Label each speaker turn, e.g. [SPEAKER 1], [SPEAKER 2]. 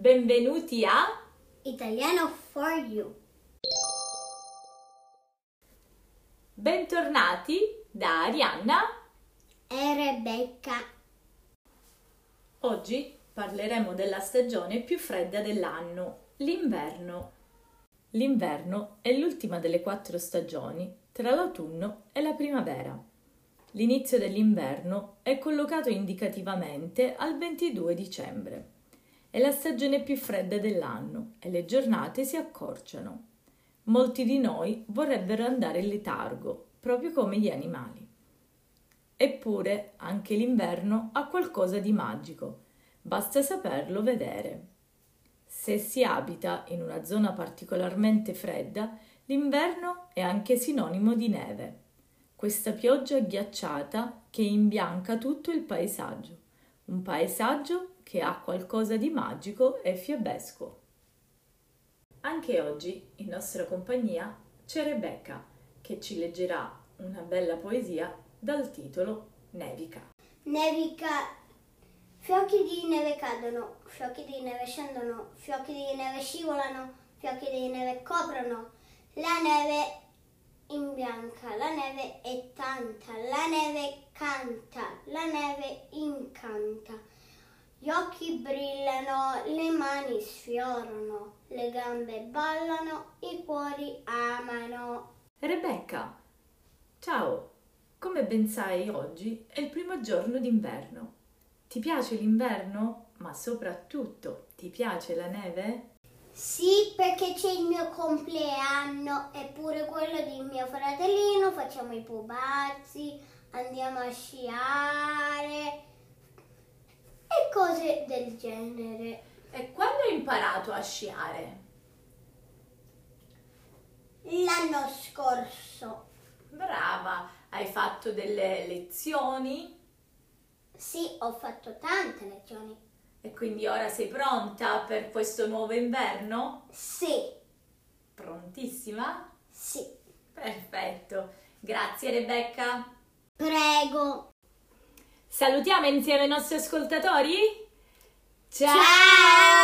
[SPEAKER 1] Benvenuti a
[SPEAKER 2] Italiano for You.
[SPEAKER 1] Bentornati da Arianna
[SPEAKER 2] E Rebecca.
[SPEAKER 1] Oggi parleremo della stagione più fredda dell'anno, l'inverno. L'inverno è l'ultima delle 4 stagioni, tra l'autunno e la primavera. L'inizio dell'inverno è collocato indicativamente al 22 dicembre. È la stagione più fredda dell'anno e le giornate si accorciano. Molti di noi vorrebbero andare in letargo, proprio come gli animali. Eppure anche l'inverno ha qualcosa di magico, basta saperlo vedere. Se si abita in una zona particolarmente fredda, l'inverno è anche sinonimo di neve. Questa pioggia ghiacciata che imbianca tutto il paesaggio, un paesaggio che ha qualcosa di magico e fiabesco. Anche oggi in nostra compagnia c'è Rebecca che ci leggerà una bella poesia dal titolo Nevica.
[SPEAKER 2] Nevica. Fiocchi di neve cadono, fiocchi di neve scendono, fiocchi di neve scivolano, fiocchi di neve coprono. La neve imbianca, la neve è tanta, la neve canta, la neve incanta. Gli occhi brillano, le mani sfiorano, le gambe ballano, i cuori amano.
[SPEAKER 1] Rebecca, ciao! Come ben sai, oggi è il primo giorno d'inverno. Ti piace l'inverno? Ma soprattutto, ti piace la neve?
[SPEAKER 2] Sì, perché c'è il mio compleanno e pure quello di mio fratellino, facciamo i pupazzi, andiamo a sciare e cose del genere.
[SPEAKER 1] E quando hai imparato a sciare?
[SPEAKER 2] L'anno scorso.
[SPEAKER 1] Brava! Hai fatto delle lezioni?
[SPEAKER 2] Sì, ho fatto tante lezioni.
[SPEAKER 1] E quindi ora sei pronta per questo nuovo inverno?
[SPEAKER 2] Sì,
[SPEAKER 1] Prontissima?
[SPEAKER 2] sì.
[SPEAKER 1] Perfetto. Grazie Rebecca.
[SPEAKER 2] Prego.
[SPEAKER 1] Salutiamo insieme i nostri ascoltatori?
[SPEAKER 2] Ciao!